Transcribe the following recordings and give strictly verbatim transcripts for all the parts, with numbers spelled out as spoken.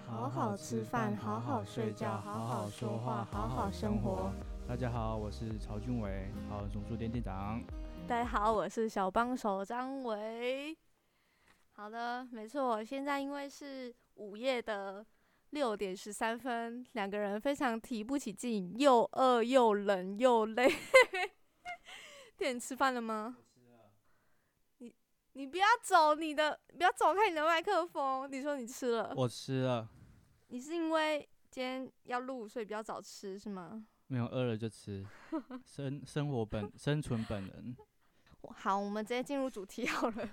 好好吃饭，好好睡觉，好好说话，好好生活。 大家好，我是曹俊伟，好人松树店店长。 大家好，我是小帮手张维。好的，没错，现在因为是午夜的六点十三分，两个人非常提不起劲，又饿又冷又累。店你吃饭了吗？ 我吃了。 你你不要走，你的不要走开你的麦克风。你说你吃了？ 我吃了。 你是因为今天要录，所以比较早吃是吗？ 没有饿了就吃，生生活本生存本能。 好，我们直接进入主题好了。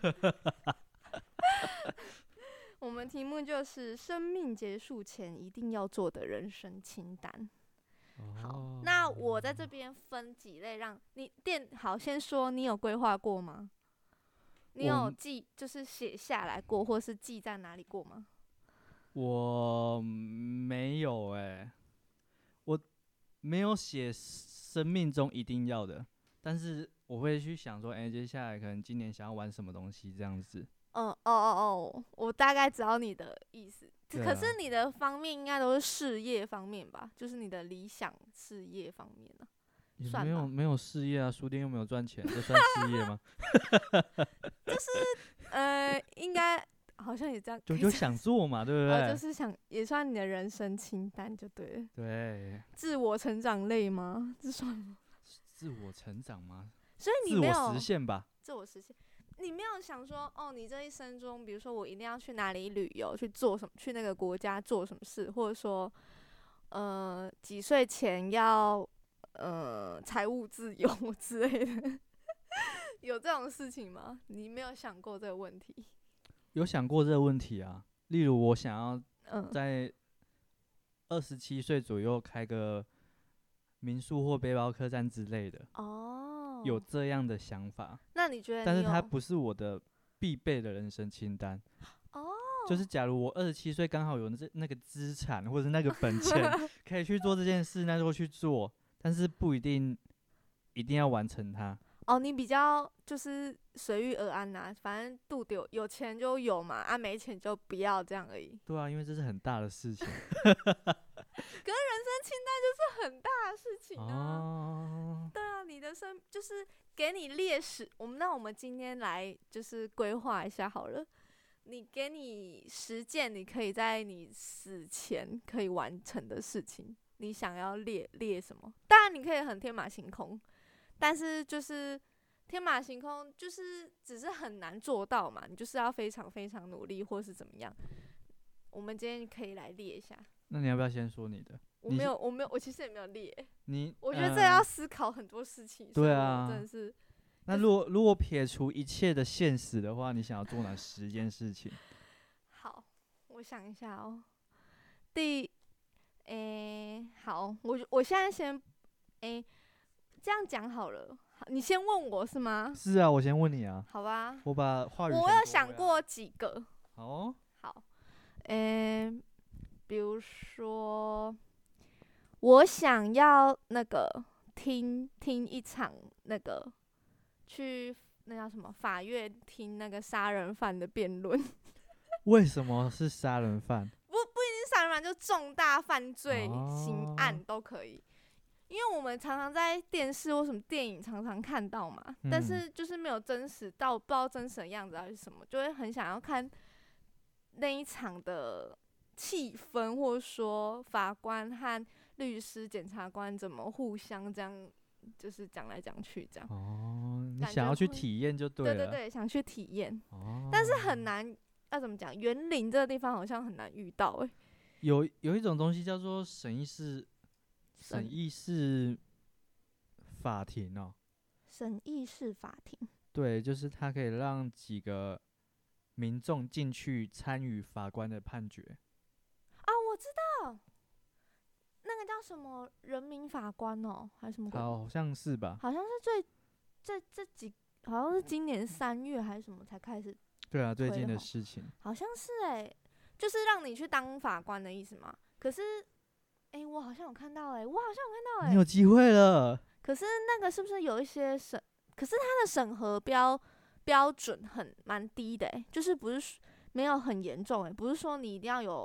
我们题目就是生命结束前一定要做的人生清单。好， 哦、 那我在这边分几类让你店好先说，你有规划过吗？你有记就是写下来过，或是记在哪里过吗？ 我没有哎、欸，我没有写生命中一定要的，但是我会去想说，哎、欸，接下来可能今年想要玩什么东西这样子。 嗯，哦哦哦，我大概知道你的意思。 啊、 可是你的方面应该都是事业方面吧？就是你的理想事业方面呢、啊？ 也没有没有事业啊，书店又没有赚钱，这算事业吗？ 就是呃，应该好像也这样， 就就想做嘛，对不对？ 哦，就是想也算你的人生清单就对了。 对。 自我成长类吗？这算吗？ 自我成长吗？ 所以你没有自我实现吧。 自我实现，你没有想说哦，你这一生中，比如说我一定要去哪里旅游，去做什么，去那个国家做什么事，或者说，呃，几岁前要呃财务自由之类的，有这种事情吗？你没有想过这个问题？ 有想过这个问题啊，例如我想要嗯， 在二十七岁左右开个民宿或背包客栈之类的。 哦， 有这样的想法。 那你觉得你？ 但是它不是我的必备的人生清单。 哦， 就是假如我二十七岁刚好有那那个资产或者那个本钱，可以去做这件事，那就去做，但是不一定一定要完成它。 哦，你比较就是随遇而安呐、啊，反正肚子有有钱就有嘛，啊没钱就不要这样而已。 对啊，因为这是很大的事情。 可是人生清单就是很大的事情啊。 哦、 对啊，你的生就是给你列十，我们那我们今天来就是规划一下好了。你给你十件你可以在你死前可以完成的事情，你想要列列什么？当然你可以很天马行空。但是就是天马行空，就是只是很难做到嘛，你就是要非常非常努力，或是怎么样。我们今天可以来列一下。 那你要不要先说你的？ 我没有，我没有，我其实也没有列。 你我觉得这要思考很多事情。 对啊， 真的是。 那如果如果撇除一切的现实的话，你想要做哪十件事情？ 好，我想一下哦。第，诶、欸，好，我我现在先，诶、欸。这样讲好了，你先问我是吗？ 是啊，我先问你啊。 好吧。 我把话语我有想过几个。 好哦。 好，诶、欸，比如说，我想要那个听听一场那个去那叫什么法院听那个杀人犯的辩论。 为什么是杀人犯？ 不不一定是杀人犯，就重大犯罪刑案都可以。因为我们常常在电视或什么电影常常看到嘛， 嗯、 但是就是没有真实到不知道真实的样子到底是什么，就会很想要看那一场的气氛，或者说法官和律师、检察官怎么互相这样，就是讲来讲去这样。 哦，你想要去体验就对了。 对对对，想去体验。 哦。 但是很难，要怎么讲？园林这个地方好像很难遇到哎、欸。 有有一种东西叫做审议室。审议式法庭哦， 审议式法庭， 对，就是它可以让几个民众进去参与法官的判决。 啊，我知道，那个叫什么人民法官哦，还是什么？ 好像是吧？ 好像是最这这几，好像是今年三月还是什么才开始。 对啊，最近的事情。 好像是哎、欸，就是让你去当法官的意思嘛。可是。哎、欸，我好像有看到哎、欸，我好像有看到哎、欸， 你有机会了。 可是那个是不是有一些审？可是它的审核标标准很蛮低的哎、欸，就是不是没有很严重哎、欸，不是说你一定要有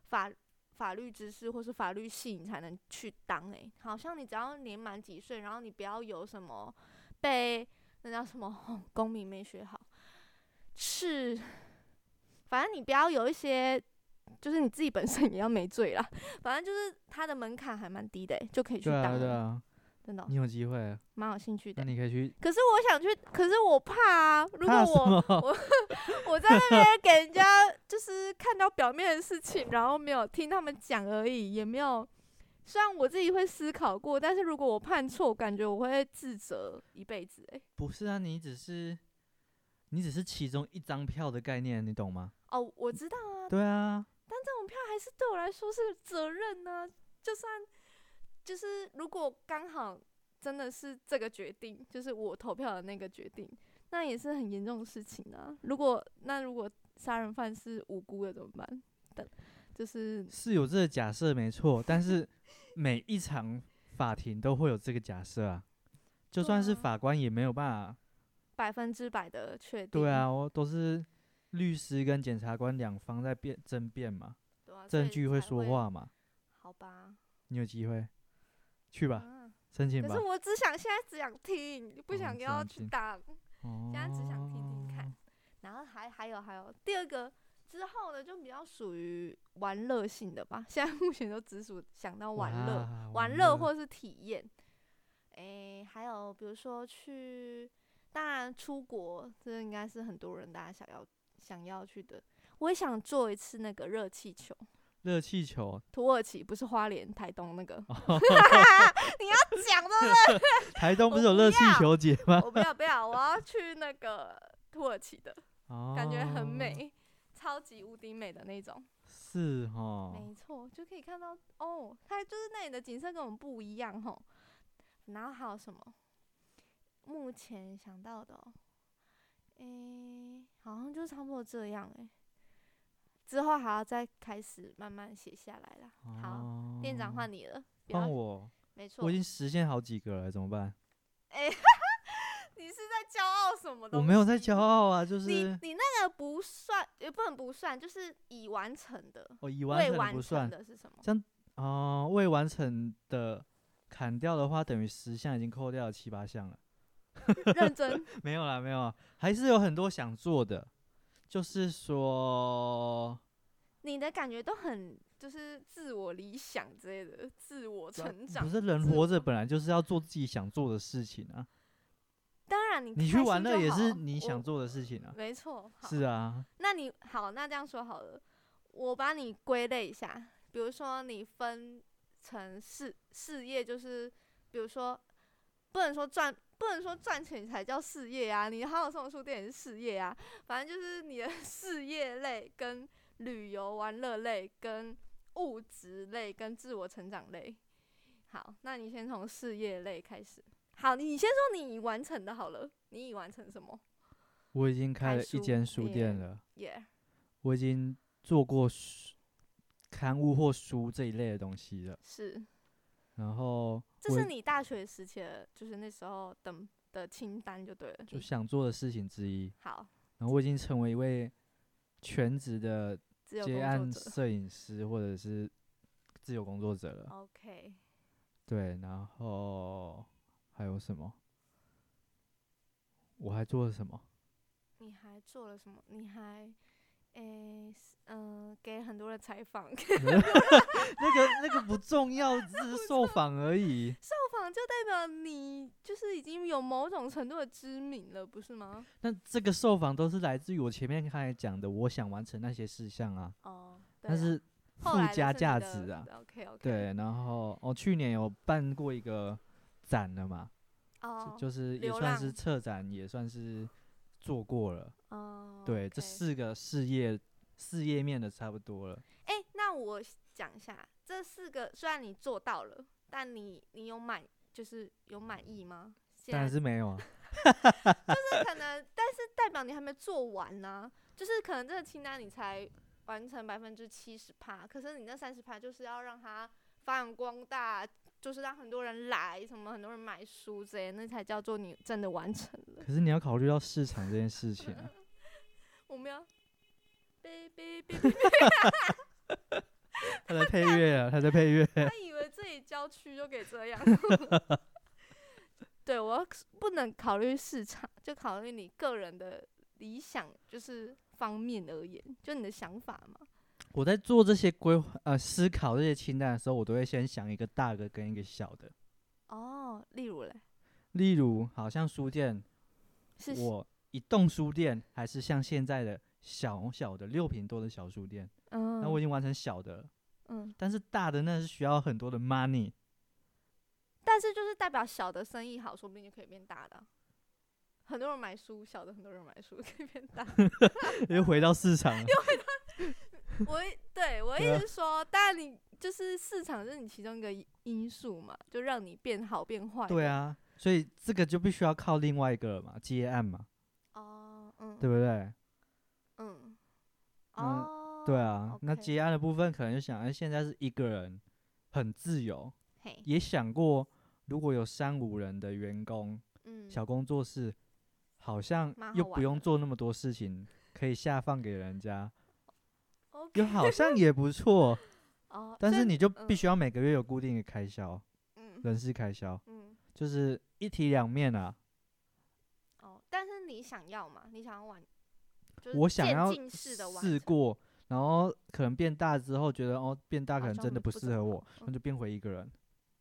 法法律知识或是法律系你才能去当诶、欸，好像你只要年满几岁，然后你不要有什么被那叫什么、哦、公民没学好，是反正你不要有一些，就是你自己本身也要没罪啦，反正就是它的门槛还蛮低的、欸，就可以去对当了。 啊对啊， 真的、哦， 你有机会， 蛮有兴趣的、欸。 那你可以去。 可是我想去，可是我怕啊！如果我我我在那边给人家就是看到表面的事情，然后没有听他们讲而已，也没有。虽然我自己会思考过，但是如果我判错，感觉我会自责一辈子、欸。哎， 不是啊，你只是你只是其中一张票的概念，你懂吗？ 哦，我知道啊。 对啊。 但这种票还是对我来说是责任呢、啊。就算就是如果刚好真的是这个决定，就是我投票的那个决定，那也是很严重的事情啊。如果那如果杀人犯是无辜的怎么办？等就是是有这个假设没错，但是每一场法庭都会有这个假设啊，就算是法官也没有办法百分之百的确定。 对啊，都是律师跟检察官两方在辩争辩嘛， 啊、 证据会说话嘛。 好吧， 你有机会去吧， 啊、 申请吧。 可是我只想现在只想听，不想要去当。 哦、 现在只想听听看。然后还还有还有第二个之后的就比较属于玩乐性的吧，现在目前都只属想到玩乐，玩乐或是体验。诶、欸，还有比如说去，当然出国，这应该是很多人大家想要想要去的。我也想坐一次那个热气球。 热气球， 土耳其不是花莲、台东那个，你要讲对不对？ 台东不是有热气球节吗？ 我不要不要，我要去那个土耳其的， 哦、 感觉很美，超级无敌美的那种。 是齁， 没错，就可以看到哦，它就是那里的景色跟我们不一样齁。然后还有什么？目前想到的、哦，诶、欸，好像就差不多这样诶、欸。之后还要再开始慢慢写下来啦。哦、好，店长换你了， 换我。 没错， 我已经实现好几个了，怎么办？ 哎、欸，你是在骄傲什么东西？ 我没有在骄傲啊，就是你你那个不算，也不能不算，就是已完成的。 哦，已完成的不算。 未完成的是什么？ 这样哦、呃，未完成的砍掉的话，等于十项已经扣掉了七八项了。 认真？ 没有啦，没有啦，还是有很多想做的。就是说， 你的感觉都很就是自我理想之类的，自我成长。 不是人活着本来就是要做自己想做的事情啊。 当然你， 你去玩乐也是你想做的事情啊。 没错。 是啊。 那你好，那这样说好了，我把你归类一下，比如说你分成事事业，就是比如说不能说赚。不能说赚钱才叫事业啊，你好好生活书店也是事业啊，反正就是你的事业类、跟旅游玩乐类、跟物质类、跟自我成长类。好，那你先从事业类开始。好，你先说你已完成的好了，你已完成什么？ 我已经开了一间书店了。 耶、yeah. 我已经做过刊物或书这一类的东西了。 是。 然后这是你大学时期的，就是那时候的的清单就对了， 就想做的事情之一。 好， 然后我已经成为一位全职的接案摄影师或者是自由工作者了。 OK。 对，然后还有什么？我还做了什么？ 你还做了什么？你还。诶，嗯、呃，给很多人采访， 那个那个不重要，只是受访而已。 受访就代表你就是已经有某种程度的知名了，不是吗？ 那这个受访都是来自于我前面刚才讲的，我想完成那些事项啊。 哦， 那是附加价值啊。 OK OK。 对，然后我、哦、去年有办过一个展了嘛， 哦， 就是也算是策展，也算是做过了。 哦， 对， okay. 这四个事业事业面的差不多了。 哎、欸，那我讲一下，这四个虽然你做到了，但你你有满，就是有满意吗？ 当然是没有啊。 就是可能，但是代表你还没做完呢、啊。就是可能这个清单你才完成百分之七十趴，可是你那三十趴就是要让它发扬光大。就是让很多人来，什么很多人买书之类，那才叫做你真的完成了。 可是你要考虑到市场这件事情啊。 我们要，哔哔哔哔哔。 他在配乐啊，他在配乐。 他以为自己郊区就可以这样。对，我不能考虑市场，就考虑你个人的理想，就是方面而言，就你的想法嘛。 我在做这些规划、呃思考这些清单的时候，我都会先想一个大的跟一个小的。 哦，例如嘞， 例如，好像书店， 是我一栋书店，还是像现在的小小的六平多的小书店， 嗯， 那我已经完成小的了。 嗯， 但是大的那是需要很多的 money。 但是就是代表小的生意好，说不定就可以变大的啊。很多人买书，小的很多人买书可以变大。 又回到市场了。 我对我意思是说，当然你就是市场是你其中一个因素嘛，就让你变好变坏。 对啊，所以这个就必须要靠另外一个了嘛，接案嘛。 哦，嗯， 对不对？ 嗯， 嗯， 哦， 对啊。 OK 那接案的部分可能就想，哎，现在是一个人，很自由， 嘿， 也想过如果有三五人的员工， 嗯， 小工作室，好像蛮好又不用玩的做那么多事情，可以下放给人家， OK 又好像也不错。 哦， 但所以是你就嗯必须要每个月有固定的开销， 嗯人事开销， 嗯， 就是一体两面啊。 哦，但是你想要嘛？你想要玩，就是我想要渐进式的完成试过，然后可能变大之后觉得哦，变大可好像能真的不不不怎么适合我好， 那就变回一个人。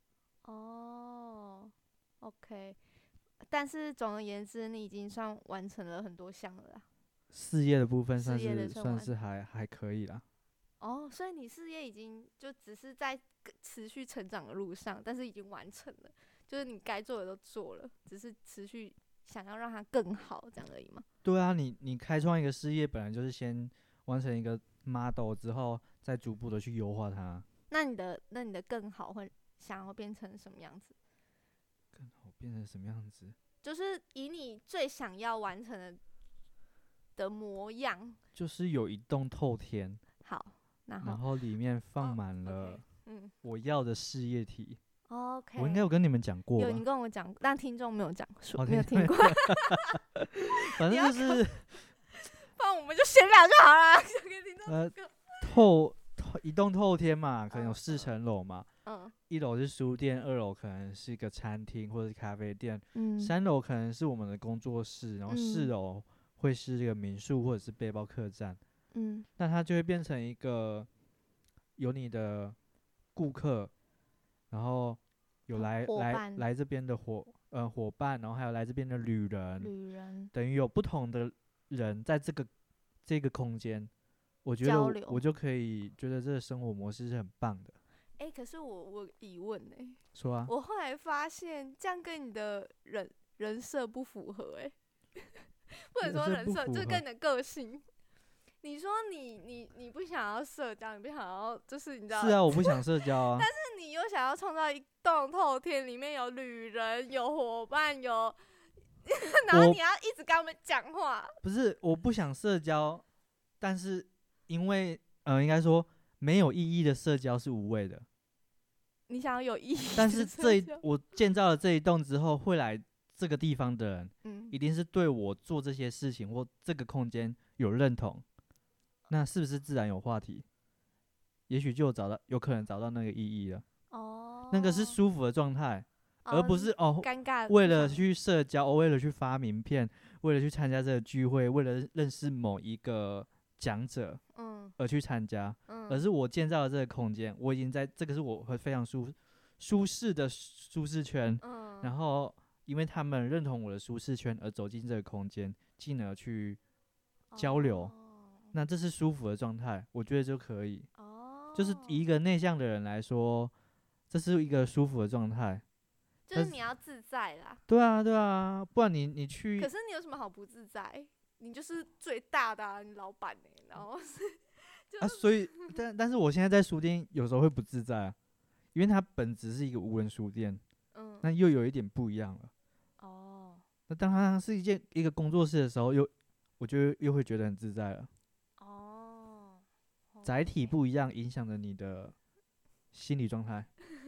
哦，OK。但是总而言之，你已经算完成了很多项了啦。 事业的部分算事业的是算算完是还还可以啦。 哦，所以你事业已经就只是在持续成长的路上，但是已经完成了，就是你该做的都做了，只是持续想要让它更好这样而已嘛。 对啊，你你开创一个事业，本来就是先完成一个 model 之后，再逐步的去优化它。 那你的那你的更好会想要变成什么样子？ 更好变成什么样子？ 就是以你最想要完成的的模样。 就是有一栋透天， 好，然后然后里面放哦满了 ，OK，嗯我要的事业体。 ，OK。 我应该有跟你们讲过有你吧？ 跟我讲，但听众没有讲说， 哦没有听过。 反你要正就是不然我们就闲聊就好了，就给听众呃听个透透一栋透天嘛，可能有嗯四层楼嘛。 嗯一楼是书店，二楼可能是一个餐厅或者是咖啡店， 嗯三楼可能是我们的工作室，然后四嗯楼会是这个民宿或者是背包客栈。 嗯那它就会变成一个有你的顾客，然后有伙来来伙伴来这边的伙呃伙伴，然后还有来这边的旅人， 旅人等于有不同的人在这个这个空间，我觉得我交流我就可以觉得这个生活模式是很棒的。 哎、可是我我有疑问呢、 说啊， 我后来发现这样跟你的人人设不符合哎、不能说人设人设， 不符合就是跟你的个性。你说你你你不想要社交，你不想要就是你知道， 是啊，我不想社交啊。 但是你又想要创造一栋透天，里面有旅人、有伙伴、有，然后我你要一直跟他们讲话。 不是我不想社交，但是因为呃，应该说没有意义的社交是无谓的。 你想要有意义的社交， 但是这一我建造了这一栋之后，会来这个地方的人， 嗯一定是对我做这些事情或这个空间有认同，那是不是自然有话题？也许就有找到，有可能找到那个意义了。 哦， 那个是舒服的状态，而不是哦， 尴尬， 为了不想去社交，为了去发名片，为了去参加这个聚会，为了认识某一个讲者嗯而去参加， 嗯， 而是我建造了这个空间，我已经在这个是我会非常舒舒适的舒适圈， 嗯， 然后因为他们认同我的舒适圈而走进这个空间，进而去交流， 哦那这是舒服的状态，我觉得就可以。 哦， 就是以一个内向的人来说，这是一个舒服的状态。 就是你要自在啦。 对啊，对啊，不然你你去可是你有什么好不自在？你就是最大的、啊，你老板呢、然后是就啊，所以但但是我现在在书店有时候会不自在啊，因为它本质是一个无人书店， 嗯那又有一点不一样了。 哦那当它是一件一个工作室的时候，又我就又会觉得很自在了。 哦， 载体不一样，影响了你的心理状态。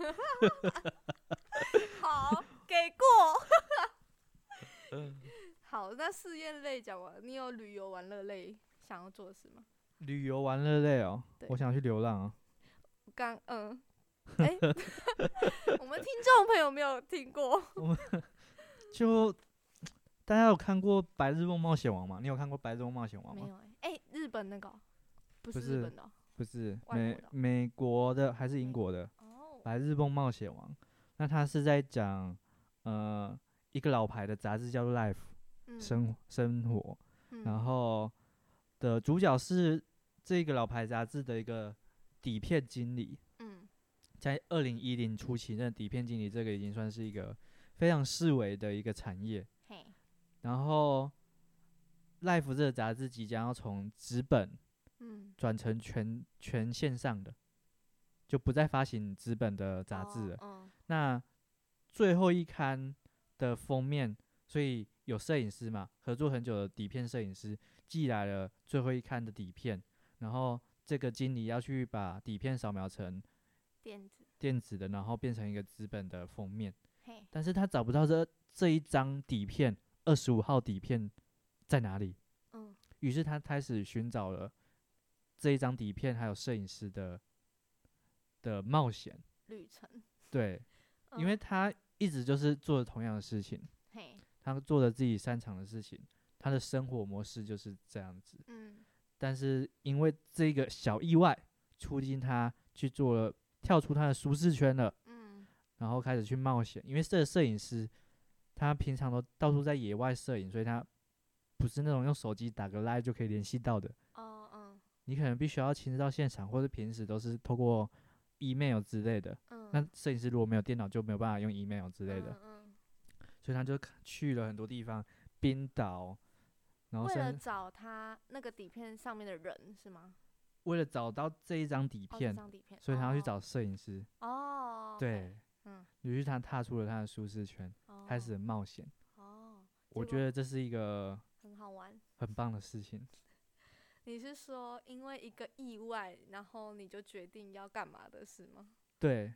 好，给过。好，那事业类讲完，你有旅游玩乐类想要做的事吗？ 旅游玩乐类哦， 对我想去流浪啊。 刚嗯，哎、我们听众朋友没有听过， 就大家有看过《白日梦冒险王》吗？你有看过《白日梦冒险王》吗？ 没有哎、欸，日本那个哦、不不是， 是日本的哦、 不是外国美的哦美国的还是英国的《 哦， 白日梦冒险王》？那他是在讲呃一个老牌的杂志叫做《Life》 嗯生生活， 嗯然后的主角是这个老牌杂志的一个底片经理。 嗯在二零一零初期，那底片经理这个已经算是一个非常式微的一个产业。 嘿， 然后，Life 这个杂志即将要从纸本嗯转成全全线上的，就不再发行纸本的杂志了。 哦嗯那最后一刊的封面，所以有摄影师嘛，合作很久的底片摄影师寄来了最后一刊的底片，然后这个经理要去把底片扫描成电子， 电子的，然后变成一个纸本的封面， 嘿， 但是他找不到这这一张底片，二十五号底片在哪里？ 嗯于是他开始寻找了这一张底片还有摄影师的的冒险。 旅程， 对， 嗯因为他一直就是做同样的事情， 嘿， 他做了自己擅长的事情，他的生活模式就是这样子。 嗯但是因为这个小意外，促进他去做了跳出他的舒适圈了， 嗯然后开始去冒险。因为这个摄影师他平常都到处在野外摄影，所以他不是那种用手机打个 line 就可以联系到的。 哦嗯你可能必须要亲自到现场，或者平时都是透过 email 之类的。 嗯， 那摄影师如果没有电脑，就没有办法用 email 之类的， 嗯嗯所以他就去了很多地方，冰岛，然后为了甚至找他那个底片上面的人是吗？ 为了找到这一张底哦，这片， 张底片， 所以他要去哦找摄影师。 哦， 对， 嗯， 于是他踏出了他的舒适圈， 哦开始冒险。 哦， 我结果觉得这是一个很好玩。 很棒的事情。 你是说因为一个意外，然后你就决定要干嘛的是吗对，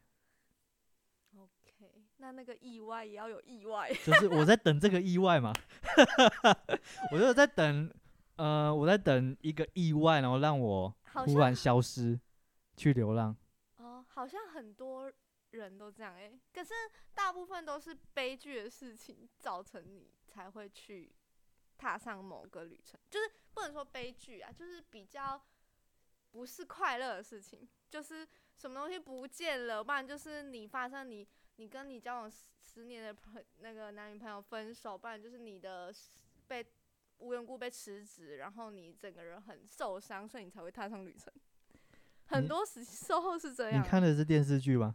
？OK，那那个意外也要有意外。 就是我在等这个意外嘛，我就在等，呃，我在等一个意外，然后让我好像忽然消失，去流浪。 哦，好像很多人都这样诶、可是大部分都是悲剧的事情造成你才会去踏上某个旅程，就是不能说悲剧啊，就是比较不是快乐的事情，就是什么东西不见了，不然就是你发生你你跟你交往十十年的朋那个男女朋友分手，不然就是你的被无缘故被辞职，然后你整个人很受伤，所以你才会踏上旅程。很你多时时候是这样。 你看的是电视剧吗？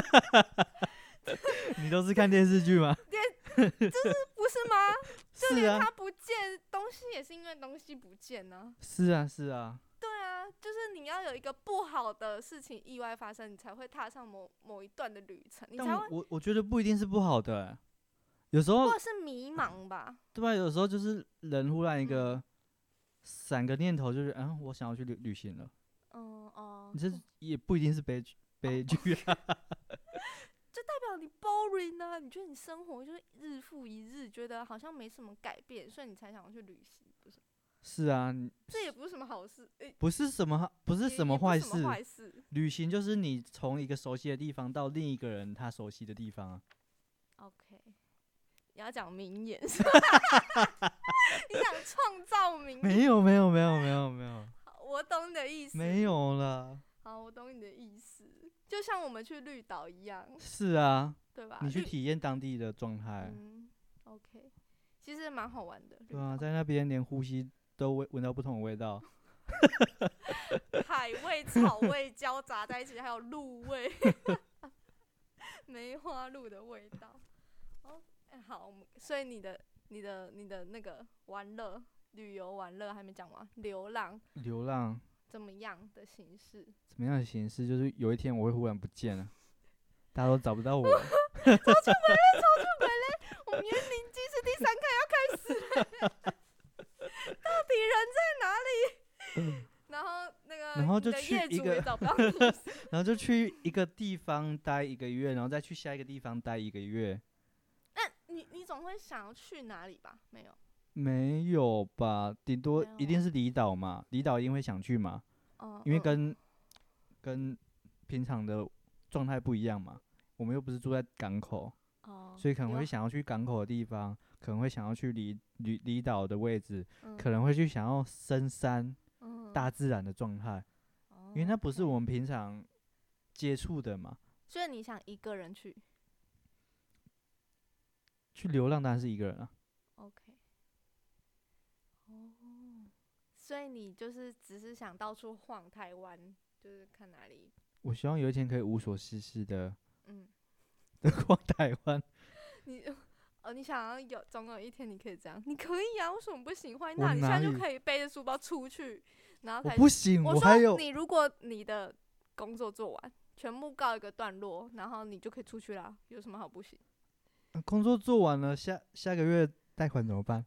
你都是看电视剧吗？ 不是吗？就是连啊， 它不见东西，也是因为东西不见呢、 是啊，是啊， 对啊，就是你要有一个不好的事情意外发生，你才会踏上某某一段的旅程，你但才会， 我我我觉得不一定是不好的欸、有时候或者是迷茫吧。 对吧？有时候就是人忽然一个闪个念头，就是嗯，我想要去旅旅行了。 嗯哦， 你这也不一定是悲剧，悲剧啊。 就代表你 boring 啊，你觉得你生活就是日复一日，觉得好像没什么改变，所以你才想要去旅行，不是？ 是啊，你这也不是什么好事，诶、 不是什么不是也什么也不是什坏事， 么坏事。 旅行就是你从一个熟悉的地方到另一个人他熟悉的地方啊。 OK，你要讲名言是吧？你想创造名言？ 没有没有没有没有没有好我懂你的意思。 没有啦。 好，我懂你的意思，就像我们去绿岛一样， 是啊， 对吧？ 你去绿体验当地的状态。 嗯，OK，其实蛮好玩的。绿对啊， 岛在那边连呼吸都闻闻到不同的味道。 海味、草味交杂在一起，还有鹿味，梅花鹿的味道。哦，哎、好，我们所以你的、你的、你的那个玩乐、旅游玩乐还没讲完，流浪流浪怎么样的形式？ 怎么样的形式？就是有一天我会忽然不见了，大家都找不到我。 超出美嘞，超出美嘞！我们园林记是第三课要开始了，到底人在哪里？然后那个， 然后就你的业主去一个也找不到你， 然后就去一个地方待一个月，然后再去下一个地方待一个月。 那你你总会想要去哪里吧？没有， 没有吧？顶多没有一定是离岛嘛，离岛一定会想去嘛， 哦、 因为嗯跟跟平常的状态不一样嘛，我们又不是住在港口， 哦， 所以可能有会想要去港口的地方，可能会想要去离离离岛的位置， 嗯可能会去想要深山、 嗯， 大自然的状态， 哦因为那不是 OK 我们平常接触的嘛。 所以你想一个人去去流浪当然是一个人啊， ？OK，哦，所以你就是只是想到处晃台湾，就是看哪里， 我希望有一天可以无所事事的嗯， 的逛台湾。 你哦，你想要有总有一天你可以这样，你可以啊，为什么不行？欢迎我那你现在就哪里可以背着书包出去，然后我才不行， 我还有说你如果你的工作做完，全部告一个段落，然后你就可以出去啦，有什么好不行？ 工作做完了，下下个月贷款怎么办？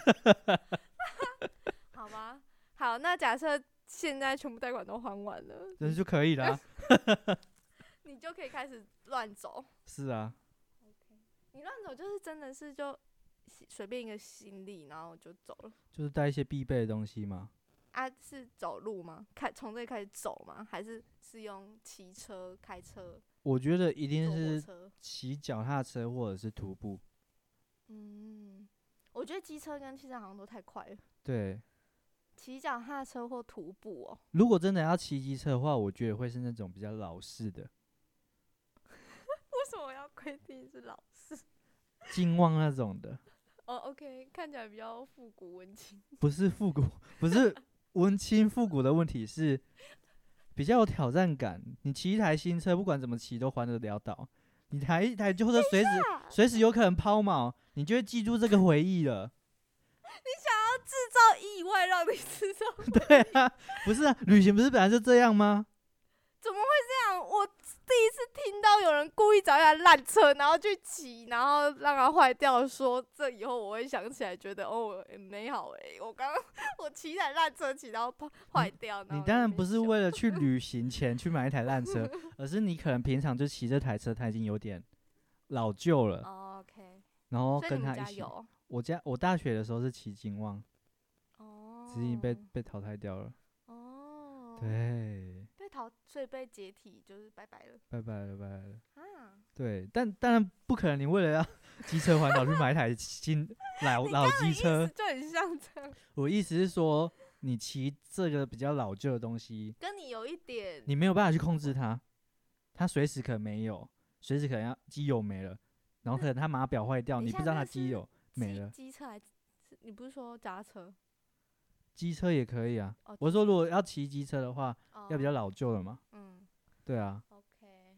好吧，好，那假设现在全部贷款都还完了， 这就可以啦。 你就可以开始乱走。 是啊， 你乱走就是真的是就随便一个行李，然后就走了。 就是带一些必备的东西嘛。 啊，是走路吗？开从这里开始走吗？还是是用骑车、开车、 我觉得一定坐火是车？ 骑脚踏车或者是徒步。 嗯，我觉得机车跟汽车好像都太快了。 对， 骑脚踏车或徒步哦， 如果真的要骑机车的话，我觉得会是那种比较老式的， 为什么要规定是老式？ 金旺那种的， 哦，OK，看起来比较复古温情。 不是复古，不是温馨复古的问题，是比较有挑战感。你骑一台新车，不管怎么骑都还得了岛。你台一台旧车随时随时有可能抛锚，你就会记住这个回忆了。 制造意外让你制造， 对啊，不是啊，旅行不是本来就这样吗？ 怎么会这样？我第一次听到有人故意找一台烂车，然后去骑，然后让它坏掉，说这以后我会想起来，觉得哦、欸、美好哎、欸，我刚刚我骑一台烂车骑到坏掉， 你当然不是为了去旅行前去买一台烂车，而是你可能平常就骑这台车，它已经有点老旧了， 哦 OK， 然后所以你们跟他一起。 家有我家我大学的时候是骑金旺， 哦， 只是已经被被淘汰掉了。 哦， 对， 被淘，所以被解体就是拜拜了拜拜了，拜拜了。 啊。 对，但当然不可能，你为了要机车环岛去买一台新老老机车。 就很像这样， 我意思是说，你骑这个比较老旧的东西， 跟你有一点你没有办法去控制它，它随时可能没有，随时可能要机油没了，然后可能它码表坏掉， 等一下你不知道它那是机油没机了。 机车还是你不是说脚踏车？ 机车也可以啊。 哦， 我说如果要骑机车的话， 哦要比较老旧的嘛。 嗯对啊， ，OK，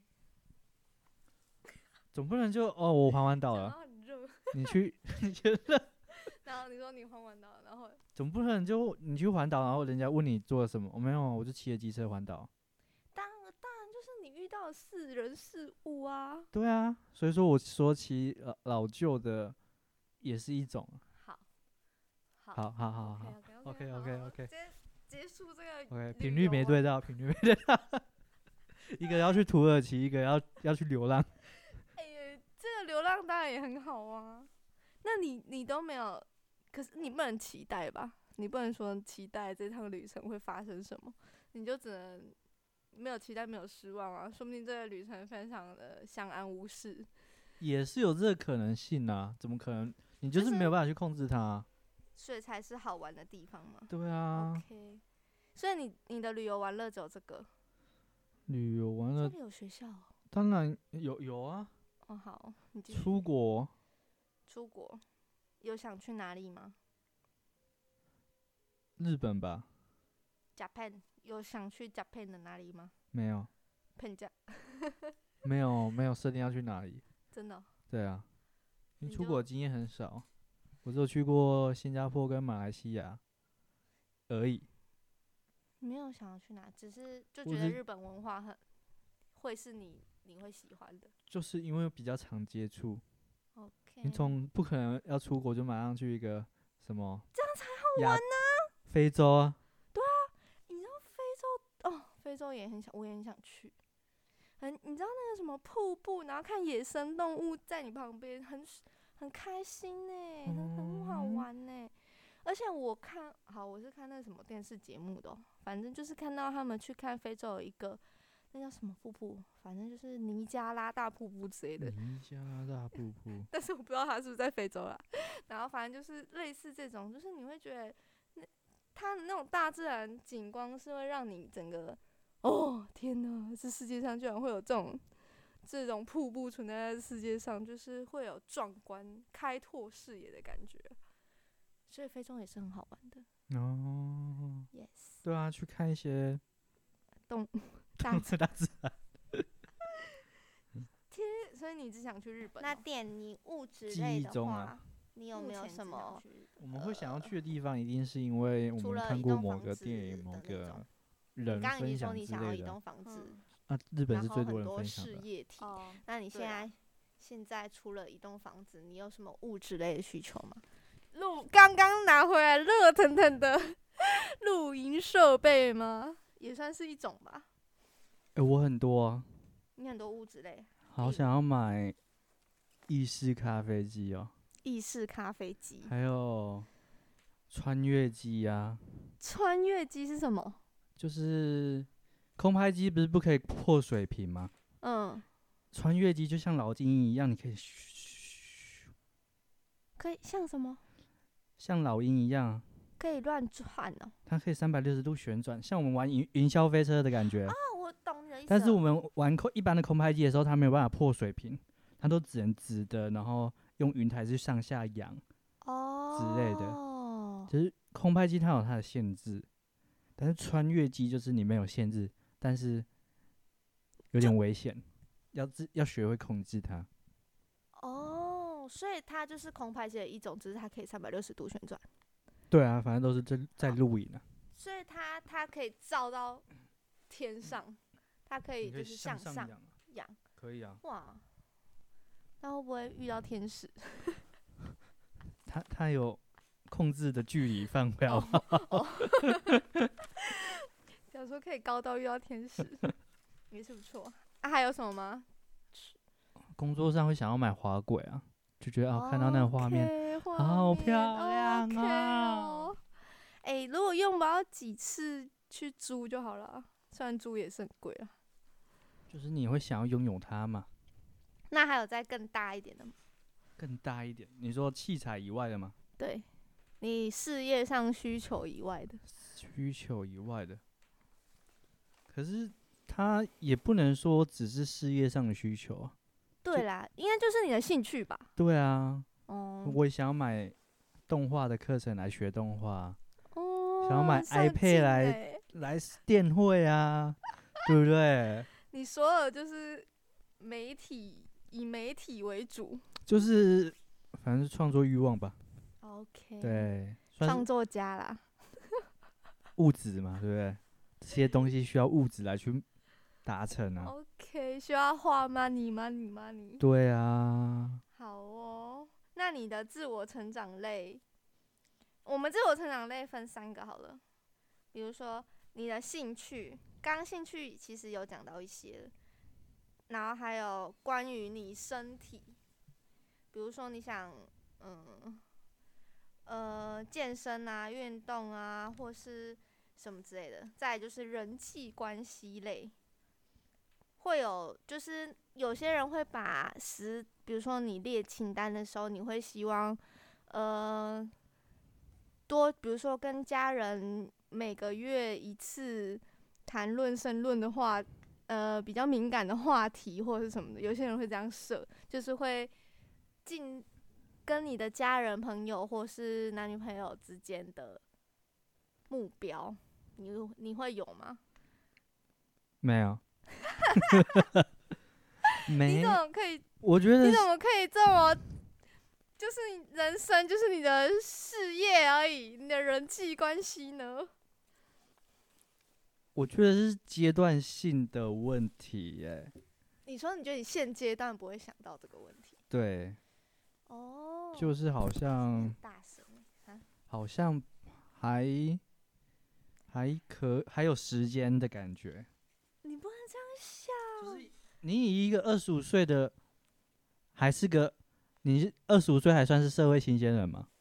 总不能就哦，我环完岛了， 讲到很热， 你去，你觉得然后你说你环完岛，然后总不能就你去环岛，然后人家问你做了什么，我、没有，我就骑着机车环岛。 当当然就是你遇到的是人事物啊。 对啊，所以说我说骑老老旧的也是一种。 好，好， 好好好好 OK OK OK OK 结结束这个 ，OK， 旅频率没游啊。 对到，频率没对到。一个要去土耳其，一个要要去流浪。 哎呀，这个流浪当然也很好啊。那你你都没有，可是你不能期待吧？你不能说期待这趟旅程会发生什么，你就只能没有期待，没有失望啊。说不定这个旅程非常的相安无事。 也是有这个可能性啊，怎么可能？你就是就是没有办法去控制它啊、 所以才是好玩的地方嘛。 对啊， OK，所以你你的旅游玩乐只有这个？ 旅游完了， 这里有学校哦？ 当然有有啊， 哦好，你继续。 出国出国有想去哪里吗日本吧， ？Japan 有想去 Japan 的哪里吗？ 没有喷家没有没有设定要去哪里。 真的哦、 对啊，因为你就出国经验很少，我只有去过新加坡跟马来西亚而已。 没有想要去哪，只是就我是觉得日本文化很会是你你会喜欢的。 就是因为比较常接触， OK， 你总不可能要出国就马上去一个什么这样才好玩呢、 非洲啊， 你知道非洲哦，非洲也很想，我也很想去。很，你知道那个什么瀑布，然后看野生动物在你旁边，很很开心呢，很很好嗯玩呢。而且我看好，我是看那个什么电视节目的、哦，反正就是看到他们去看非洲有一个， 那叫什么瀑布？反正就是尼加拉大瀑布之类的。 尼加拉大瀑布， 但是我不知道它是不是在非洲啦。然后反正就是类似这种，就是你会觉得那它的那种大自然景观是会让你整个哦天哪，这世界上居然会有这种这种瀑布存在在世界上，就是会有壮观、开拓视野的感觉。所以非洲也是很好玩的。 哦， Yes， 对啊，去看一些动大自大自然所以你只想去日本、哦？ 那点你物质记类的话， 忆中啊， 你有没有什么？ 我们会想要去的地方，一定是因为我除了们看过一栋房某个电子影、某的那个种人你刚刚已经说分享之你想要一类的栋房子， 嗯啊。日本然后是最多人很多分享的。 事业体。 哦， 那你现对啊在现在除了一栋房子，你有什么物质类的需求吗？ 录刚刚拿回来热腾腾的露营设备吗？也算是一种吧。 哎、我很多啊， 你很多物质类， 好想要买意式咖啡机哦， 意式咖啡机， 还有穿越机啊， 穿越机是什么？ 就是空拍机不是不可以破水平吗？ 嗯， 穿越机就像老鹰一样，你可以嘘可以像什么？ 像老鹰一样， 可以乱转哦。 它可以三百六十度旋转，像我们玩云云霄飞车的感觉。 啊，我懂你的意思了。 但是我们玩空一般的空拍机的时候，它没有办法破水平，它都只能直的，然后用云台去上下扬哦之类的。就是空拍机它有它的限制，但是穿越机就是你没有限制，但是有点危险，要自要学会控制它。 哦，所以它就是空拍机的一种，只是它可以三百六十度旋转。 对啊，反正都是在在录影啊。 所以它它可以照到天上，它可以你可以就是向上上扬啊， 仰。 可以啊。 哇，那会不会遇到天使？ 它它有控制的距离范围，好不好？ 哦，想说可以高到遇到天使，也是不错。啊，还有什么吗？ 工作上会想要买滑轨啊，就觉得啊，看到那个画面， OK， 好面漂亮 OK 啊哦。哎、如果用不到几次去租就好了，虽然租也是很贵啊。 就是你会想要拥有它嘛？ 那还有再更大一点的吗？ 更大一点，你说器材以外的吗？ 对，你事业上需求以外的。 需求以外的，可是它也不能说只是事业上的需求啊。 对啦，应该就是你的兴趣吧。 对啊， 哦、 我也想要买动画的课程来学动画， 哦， 想要买很上 iPad 进来欸来电绘啊，对不对？ 你所有就是媒体，以媒体为主。 就是反正是创作欲望吧。 OK，， 对，算是创作家啦。 物质嘛，对不对？这些东西需要物质来去达成啊。 OK，需要花 money money money。 对啊， 好哦，那你的自我成长类，我们自我成长类分三个好了。比如说你的兴趣，刚刚兴趣其实有讲到一些了，然后还有关于你身体，比如说你想嗯呃健身啊、运动啊，或是什么之类的。再来就是人际关系类，会有就是有些人会把十，比如说你列清单的时候，你会希望呃多，比如说跟家人每个月一次谈论申论的话，呃比较敏感的话题或者是什么的，有些人会这样设，就是会尽跟你的家人、朋友或是男女朋友之间的目标，你你会有吗？ 没有， 你没怎，么可以？ 我觉得你怎么可以这么？就是你人生就是你的事业而已，你的人际关系呢？ 我觉得是阶段性的问题耶。 你说你觉得你现阶段不会想到这个问题？ 对， 哦， 就是好像很大声啊！ 好像还还可还有时间的感觉。 你不能这样想。 就是你以一个二十五岁的，还是个你二十五岁还算是社会新鲜人吗？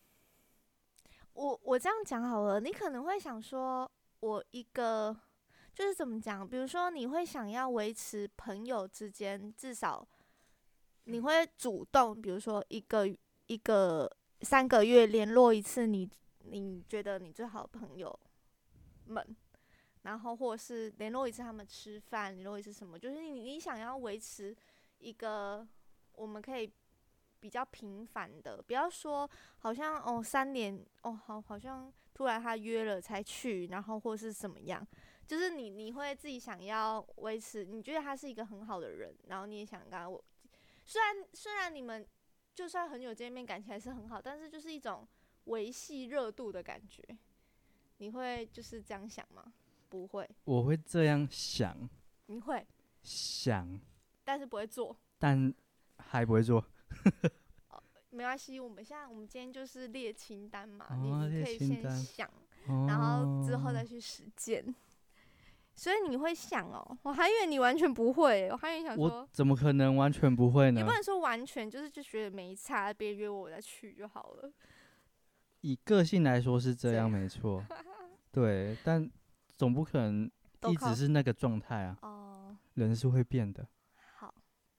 我我这样讲好了，你可能会想说，我一个就是怎么讲？比如说，你会想要维持朋友之间至少你会主动，比如说一个一个三个月联络一次你你觉得你最好的朋友们，然后或者是联络一次他们吃饭，联络一次什么，就是你你想要维持一个我们可以比较频繁的，不要说好像哦三年哦好好像突然他约了才去，然后或是怎么样。就是你，你会自己想要维持，你觉得他是一个很好的人，然后你也想跟他，我虽然虽然你们就算很久见面，感情还是很好，但是就是一种维系热度的感觉。你会就是这样想吗？不会。 我会这样想。 你会想， 但是不会做， 但还不会做。 哦，没关系，我们现在我们今天就是列清单嘛， 哦你你可以先列清单想，然后之后再去实践。所以你会想哦，我还以为你完全不会，我还以为想说我，怎么可能完全不会呢也不？能说完全，就是就觉得没差，别人约我我再去就好了。 以个性来说是这这样样，没错。对，但总不可能一都靠直是那个状态啊， 哦， 人是会变的。 好，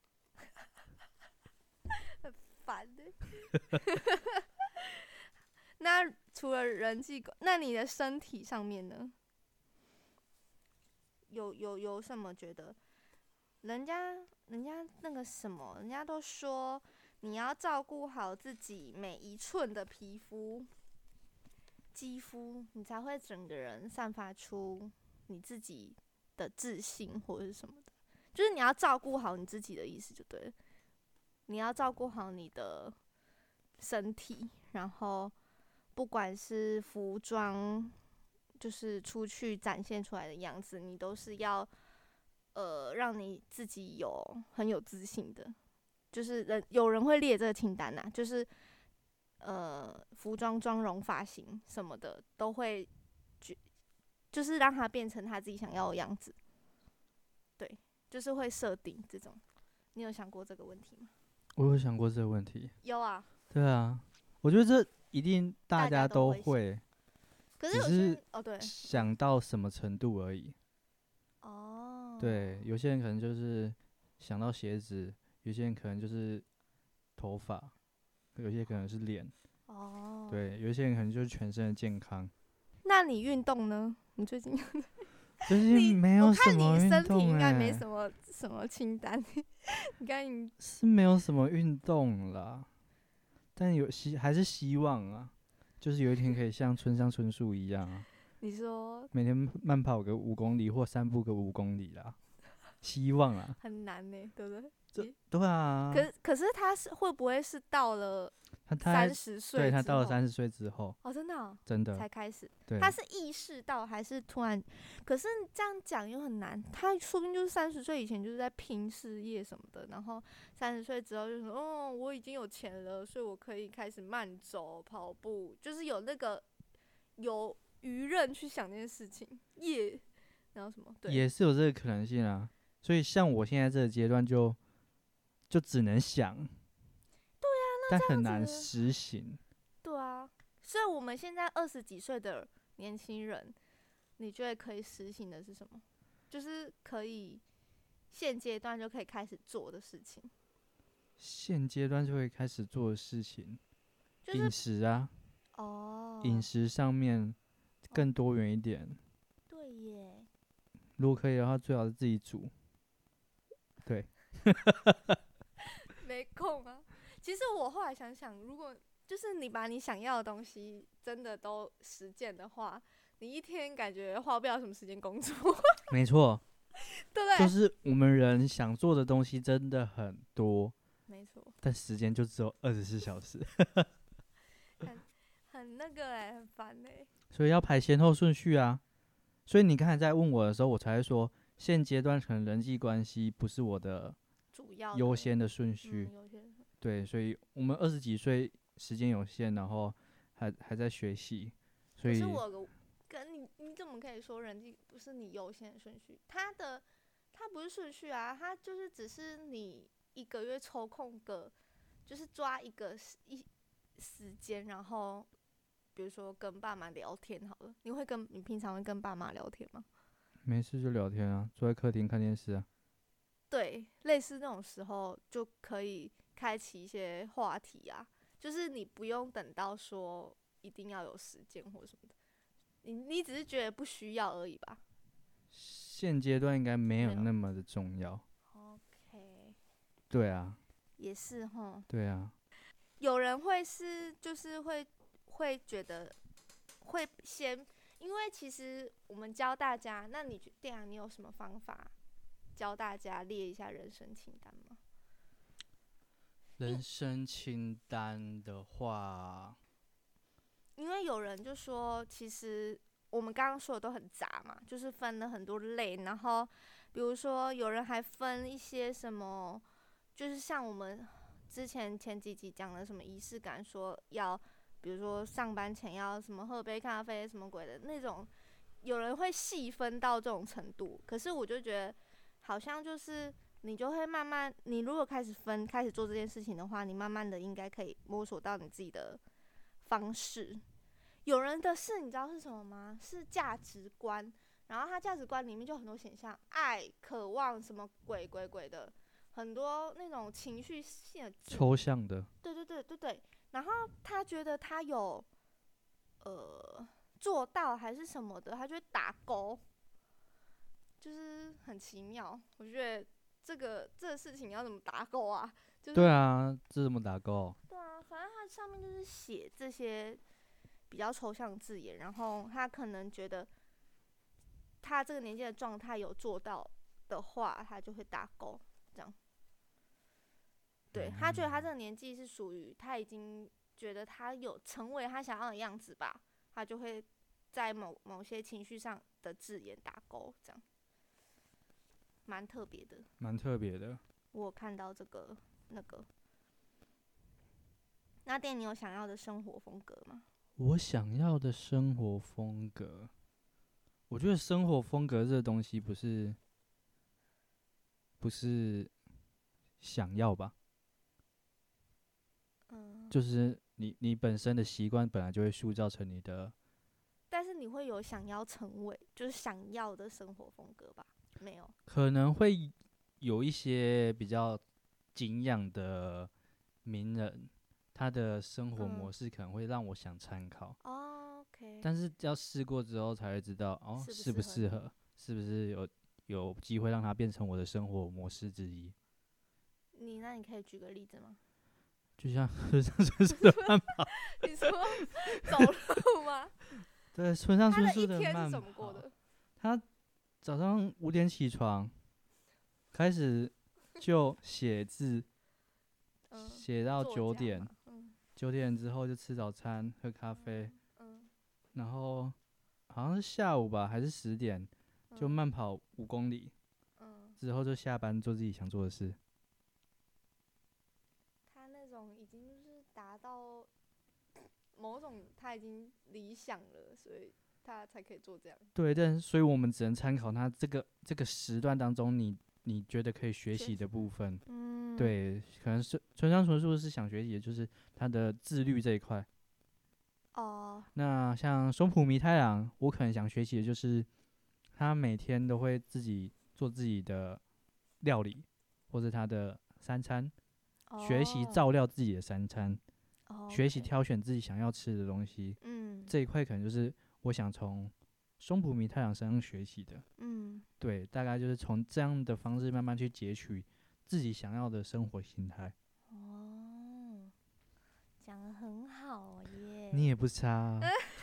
很烦的。那除了人际关，那你的身体上面呢？有有有什么觉得？人家人家那个什么，人家都说你要照顾好自己每一寸的皮肤、肌肤，你才会整个人散发出你自己的自信或者是什么的。就是你要照顾好你自己的意思就对了。你要照顾好你的身体，然后不管是服装，就是出去展现出来的样子，你都是要呃让你自己有很有自信的。就是人有人会列这个清单呐、啊，就是呃服装、妆容、发型什么的都会，就是让他变成他自己想要的样子。对，就是会设定这种。你有想过这个问题吗？ 我有想过这个问题。 有啊。 对啊，我觉得这一定大大家家都都会会， 可是有些只是人哦，对， 想到什么程度而已。 哦， 对，有些人可能就是想到鞋子，有些人可能就是头发，有些可能是脸。 哦， 对，有些人可能就是全身的健康。 那你运动呢？你最近最你近没我有什看你么运身体应动该没哎、 什么什么清单，你看你是没有什么运动啦，但有希还是希望啊，就是有一天可以像村上春树一样啊， 你说每天慢跑个五公里或散步个五公里啦，希望啊， 很难呢，对不对？ 这对啊， 可是可是他是会不会是到了他他三十岁？ 对他到了三十岁之后， 哦，真的哦、 真的才开始。 对他是意识到还是突然？可是这样讲又很难。他说不定就是三十岁以前就是在拼事业什么的，然后三十岁之后就说：“哦，我已经有钱了，所以我可以开始慢走、跑步，就是有那个有余任去想这件事情。”耶，然后什么？对， 也是有这个可能性啊。所以像我现在这个阶段就就只能想，对啊，但很难子实行。 对啊。所以我们现在二十几岁的年轻人，你觉得可以实行的是什么？就是可以现阶段就可以开始做的事情。 现阶段就会开始做的事情，饮就是食啊， 哦， 饮食上面更多元一点。 对耶， 如果可以的话，最好是自己煮。对， 没空啊。其实我后来想想，如果就是你把你想要的东西真的都实践的话，你一天感觉花不了什么时间工作， 没错， 对不对？ 就是我们人想做的东西真的很多， 没错， 但时间就只有二十四小时， 很很那个哎、很烦哎、 所以要排先后顺序啊。所以你刚才在问我的时候，我才会说，现阶段可能人际关系不是我的主要优先的顺序。 嗯，有些对，所以我们二十几岁，时间有限，然后还还在学习，所以可是我有个跟你，你怎么可以说人际不是你优先的顺序？它的它不是顺序啊，它就是只是你一个月抽空个，就是抓一个时一时间，然后比如说跟爸妈聊天好了，你会跟你平常会跟爸妈聊天吗？ 没事就聊天啊，坐在客厅看电视啊。 对，类似那种时候就可以开启一些话题啊，就是你不用等到说一定要有时间或什么的，你你只是觉得不需要而已吧。 现阶段应该没有没有那么的重要。 OK， 对啊， 也是齁。 对啊。 有人会是就是会会觉得会先，因为其实我们教大家，那你觉店长你有什么方法教大家列一下人生清单吗？ 人生清单的话， 因为有人就说，其实我们刚刚说的都很杂嘛，就是分了很多类，然后比如说有人还分一些什么，就是像我们之前前几集讲的什么仪式感，说要比如说上班前要什么喝杯咖啡什么鬼的那种，有人会细分到这种程度，可是我就觉得好像就是你就会慢慢，你如果开始分开始做这件事情的话，你慢慢的应该可以摸索到你自己的方式。有人的是你知道是什么吗？是价值观，然后他价值观里面就很多选项，爱、渴望什么鬼鬼鬼的，很多那种情绪性的字。 抽象的。 对对对对对。然后他觉得他有呃做到还是什么的，他就会打勾，就是很奇妙。我觉得这个这个事情要怎么打勾啊？就是、 对啊，这怎么打勾？ 对啊，反正它上面就是写这些比较抽象字眼，然后他可能觉得他这个年纪的状态有做到的话，他就会打勾，这样。对，他觉得他这个年纪是属于他已经觉得他有成为他想要的样子吧，他就会在某某些情绪上的字眼打勾，这样蛮特别的。 蛮特别的。 我有看到这个那个。那店你有想要的生活风格吗？ 我想要的生活风格，我觉得生活风格这个东西不是不是想要吧， 嗯， 就是你你本身的习惯本来就会塑造成你的。 但是你会有想要成为，就是想要的生活风格吧？没有。 可能会有一些比较敬仰的名人，他的生活模嗯式可能会让我想参考， 哦 OK， 但是要试过之后才会知道，哦， 适不适不适合适合，是不是有有机会让它变成我的生活模式之一。 你那你可以举个例子吗？ 就像村上春树的慢跑， 你说走路吗？ 对，村上他的一春树的天是怎慢跑， 么过的？ 他早上五点起床，开始就写字， 嗯， 写到作家九点嘛，嗯九点之后就吃早餐、喝咖啡， 嗯， 然后好像是下午吧，还是十点就嗯慢跑五公里， 嗯， 之后就下班做自己想做的事。 他那种已经就是达到某种他已经理想了，所以他才可以做这样。 对，但是所以我们只能参考他这个这个时段当中你你觉得可以学习的部分。 嗯， 对，可能是村上春树是想学习的就是他的自律这一块。 哦， 那像松浦弥太郎，我可能想学习的就是他每天都会自己做自己的料理，或者他的三餐，学习哦照料自己的三餐， 哦学习 OK 挑选自己想要吃的东西。 嗯这一块可能就是我想从松浦弥太郎身上学习的。 嗯， 对，大概就是从这样的方式慢慢去截取自己想要的生活心态。 哦，讲得很好耶。 你也不差、啊，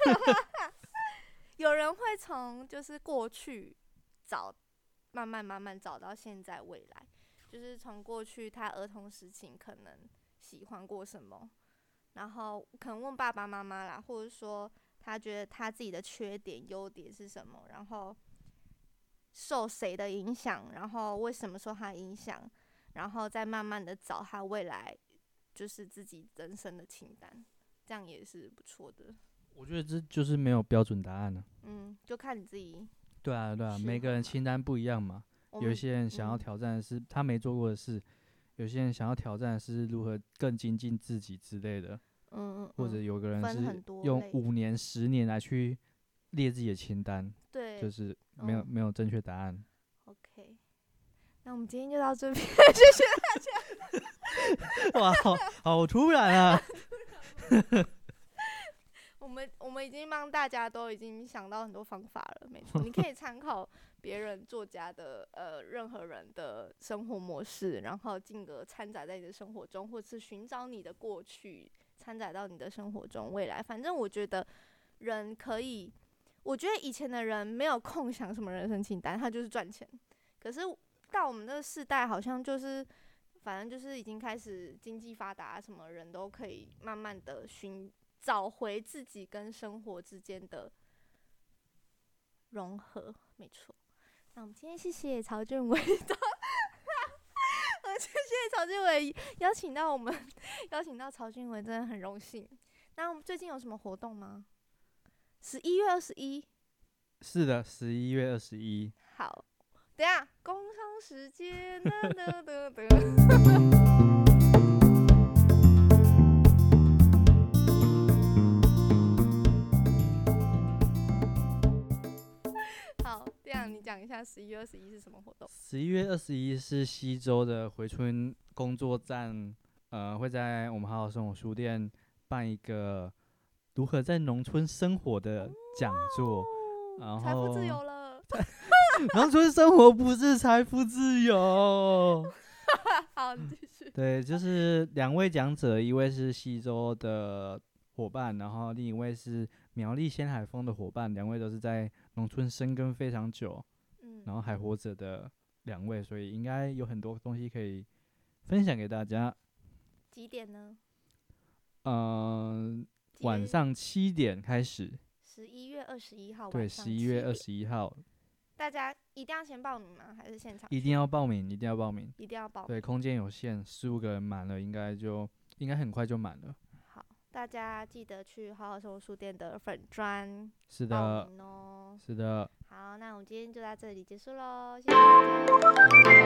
有人会从就是过去找，慢慢慢慢找到现在未来，就是从过去他儿童时期可能喜欢过什么，然后可能问爸爸妈妈啦，或者说他觉得他自己的缺点、优点是什么，然后受谁的影响，然后为什么受他影响，然后再慢慢的找他未来就是自己人生的清单，这样也是不错的。 我觉得这就是没有标准答案了、 嗯，就看你自己。 对啊，对啊， 适每个合嘛人清单不一样嘛。 我们有一些人想要嗯挑战的是他没做过的事，有些人想要挑战的是如何更精进自己之类的， 嗯嗯， 或者嗯有个人分很是多类用五年、十年来去列自己的清单。 对对， 就是没有、 嗯没有正确答案。 OK，那我们今天就到这边，谢谢。 哇，好好突然啊！ 我们我们已经帮大家都已经想到很多方法了，没错，你可以参考别人作家的呃任何人的生活模式，然后进而掺杂在你的生活中，或是寻找你的过去，掺杂到你的生活中未来。反正我觉得人可以，我觉得以前的人没有空想什么人生清单，他就是赚钱。可是到我们这个世代，好像就是反正就是已经开始经济发达，什么人都可以慢慢的寻。找回自己跟生活之间的融合，没错。那我们今天谢谢曹俊伟的，我谢谢曹俊伟邀请到我们，邀请到曹俊伟，真的很荣幸。那我们最近有什么活动吗？十一月二十一。 是的，十一月二十一。 好，等一下工商时间，噔噔噔噔。这样你讲一下十一月二十一是什么活动？ 十一月二十一是西周的回春工作站，呃，会在我们好好生活书店办一个如何在农村生活的讲座， 哦、 然后财富自由了。 农村生活不是财富自由。 好，你继续。 对，就是两位讲者，一位是西周的伙伴，然后另一位是苗栗仙海峰的伙伴，两位都是在农村生根非常久， 嗯， 然后还活着的两位，所以应该有很多东西可以分享给大家。 几点呢？ 嗯、呃，晚上七点开始。 十一月二十一号晚对， 上十一月二十一号。 大家一定要先报名吗？还是现场？ 一定要报名，一定要报名。 一定要报名。 对，空间有限，十五个人满了，应该就应该很快就满了。 好，大家记得去好好生活书店的粉专是的， 报名哦。 是的。 好，那我们今天就到这里结束喽，谢谢大家。